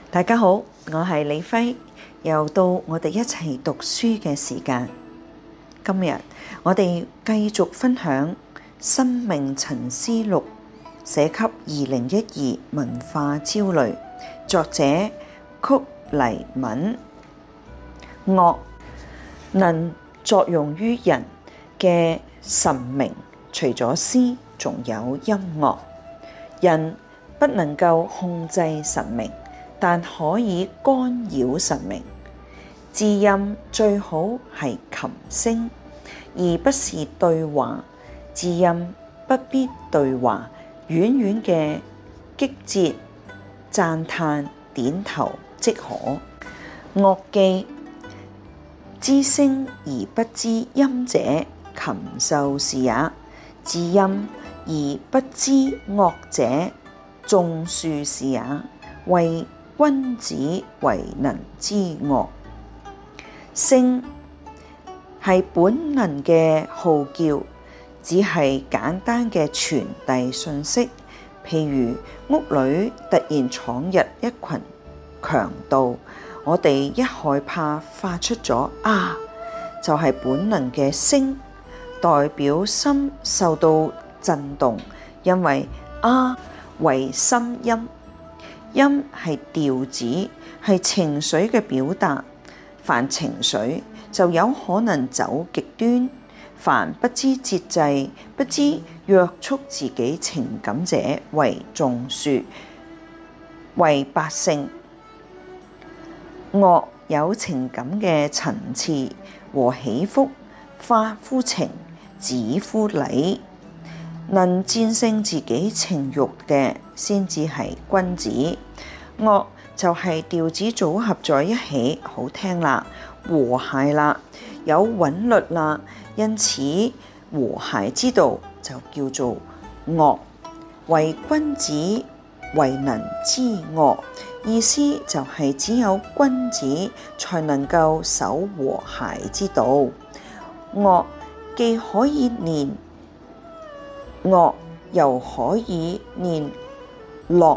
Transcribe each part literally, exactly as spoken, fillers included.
大家好，我係李輝，又到我哋一齊讀書嘅時間。今日我哋繼續分享《生命沉思錄》，寫給二零一二文化焦慮，作者曲黎敏。樂能作用於人嘅神明，除咗詩，仲有音樂。人不能夠控制神明，但可以干擾神明。知音最好係琴聲，而不是對話。知音不必對話，遠遠嘅擊節、讚嘆、點頭即可。樂伎知聲而不知音者，禽獸是也；知音而不知樂者，眾庶是也。為君子為能知樂。聲係本能嘅號叫，只係簡單嘅傳遞信息。譬如屋裏突然闖入一群強盜，我哋一害怕發出咗啊，就係本能嘅聲，代表心受到震動，因為啊為心音。音係調子，係情緒嘅表達。凡情緒就有可能走極端。凡不知節制、不知約束自己情感者，為眾庶，為百姓。樂有情感嘅層次和起伏，發乎情，止乎禮。能戰勝自己情慾嘅，先至係君子。樂就係調子組合在一起，好聽啦，和諧啦，有韻律啦，因此和諧之道就叫做樂。為君子為能知樂，意思就係只有君子才能夠守和諧之道。樂既可以練樂，又可以練樂。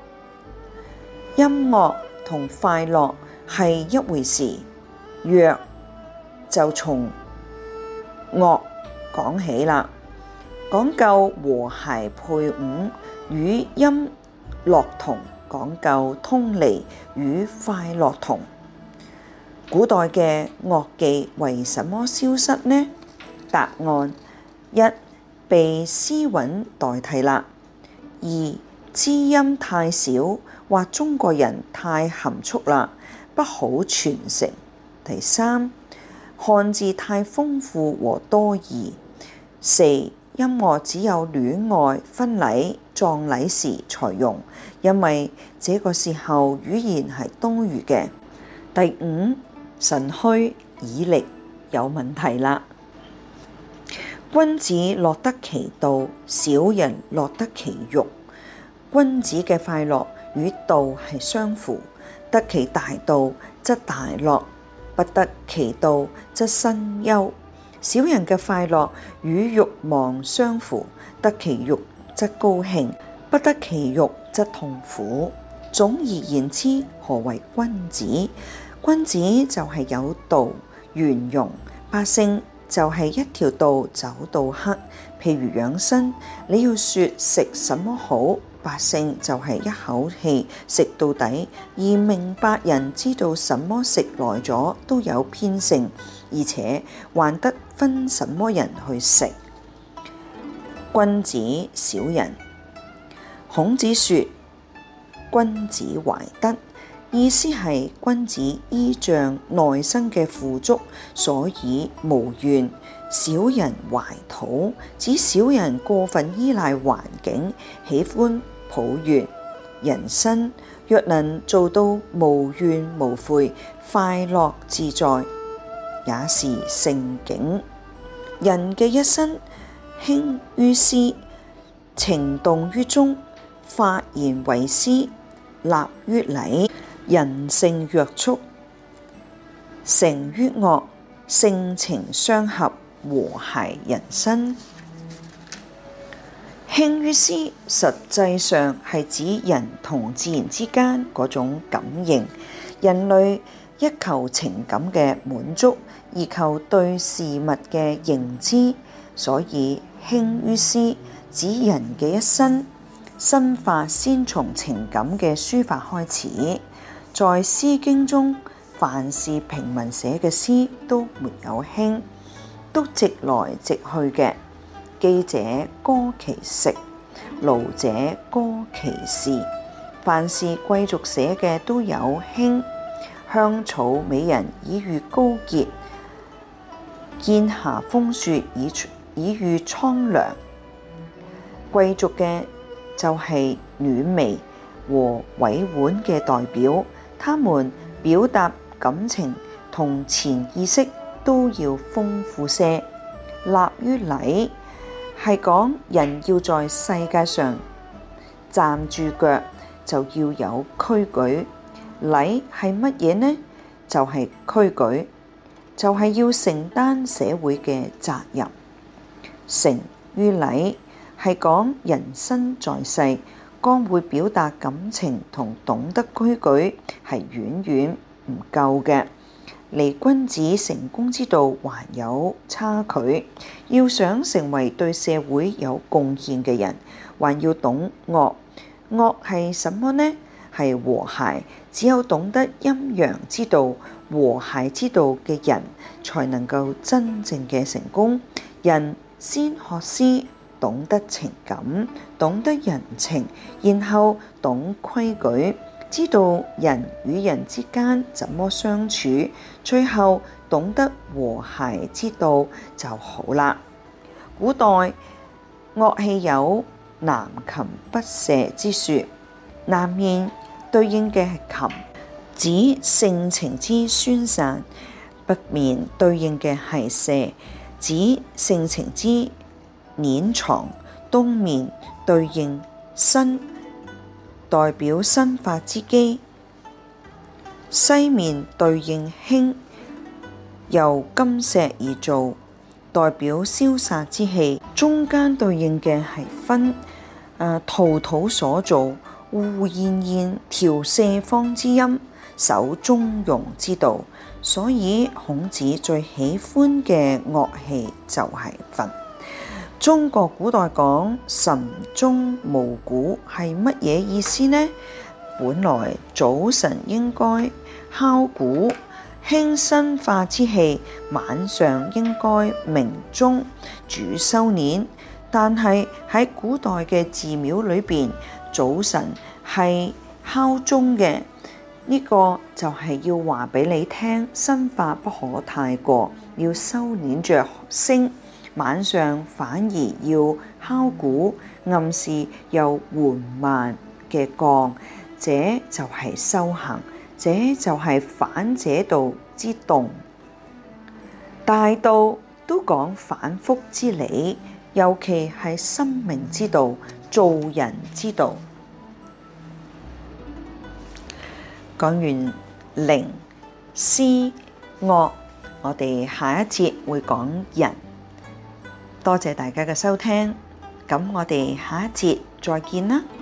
音樂同快樂係一回事，樂就從樂講起啦，講究和諧配伍，與音樂同，講究通離，與快樂同。古代嘅樂伎為什麼消失呢？答案一，被詩韻代替啦；二，知音太少，或中國人太含蓄啦，不好傳承；第三，漢字太豐富和多義；四，音樂只有戀愛、婚禮、葬禮時才用，因為這個時候語言係多餘嘅；第五，腎虛耳力有問題啦。君子樂得其道，小人樂得其欲。君子嘅快樂與道係相符，得其大道則大樂，不得其道則身憂。小人嘅快樂與欲望相符，得其欲則高興，不得其欲則痛苦。總而言之，何為君子？君子就係有道圓融，百姓就係一條道走到黑。譬如養生，你要說食什麼好，百姓就係一口氣食到底，而明白人知道什麼食耐咗都有偏性，而且還得分什麼人去食。君子小人，孔子說君子懷德，意思係君子依仗內心嘅富足，所以無怨；小人懷土，指小人過分依賴環境，喜歡抱怨。人生若能做到無怨無悔、快樂自在，也是盛景。人嘅一生興於思，情動於中，發言為師，立於禮，人性約束，成於樂，性情相合，和諧人生。 興於思實際上係指人同自然之間嗰種感應。人類一求情感嘅滿足，而求對事物嘅認知，所以興於思指人嘅一生生發先從情感嘅抒發開始。在《詩經》中，凡是平民寫嘅詩都沒有興，都直來直去嘅。飢者歌其食，勞者歌其事。凡是貴族寫嘅都有興。香草美人以喻高潔，劍霞風雪以以喻蒼涼。貴族嘅就係暖微和委婉嘅代表，他們表達感情同潛意識都要豐富些。立於禮係講人要在世界上站住腳，就要有規矩。禮係乜嘢呢？就係規矩，就係要承擔社會嘅責任。誠於禮係講人生在世，剛會表達感情同懂得規矩係遠遠唔夠嘅，離君子成功之道還有差距。要想成為對社會有貢獻嘅人，還要懂樂。樂係什麼呢？係和諧。只有懂得陰陽之道、和諧之道嘅人，才能夠真正嘅成功。人先學詩，懂得情感，懂得人情，然後懂規矩，知道人與人之間怎麼相處，最後懂得和諧之道就好啦。古代樂器有南琴北射之說，南面對應嘅係琴，指性情之宣散；北面對應嘅係射，指性情之斂藏；東面對應申，代表生發之機；西面對應興，由金石而造，代表瀟灑之氣；中間對應嘅係分，誒陶土所造。胡燕燕調四方之音，守中庸之道，所以孔子最喜歡嘅樂器就係箏。中國古代講晨鐘暮鼓係乜嘢意思呢？本來早晨應該敲鼓，興生化之氣；晚上應該鳴鐘，主修煉。但係喺古代嘅寺廟裏邊，早晨係敲鐘嘅，呢、這個就係要話俾你聽，生化不可太過，要收斂着聲。晚上反而要敲鼓，暗示又緩慢嘅降，這就係修行，這就係反者道之動。大道都講反覆之理，尤其係生命之道、做人之道。講完靈、詩、樂，我哋下一節會講人。多謝大家嘅收聽，咁我哋下一節再見啦。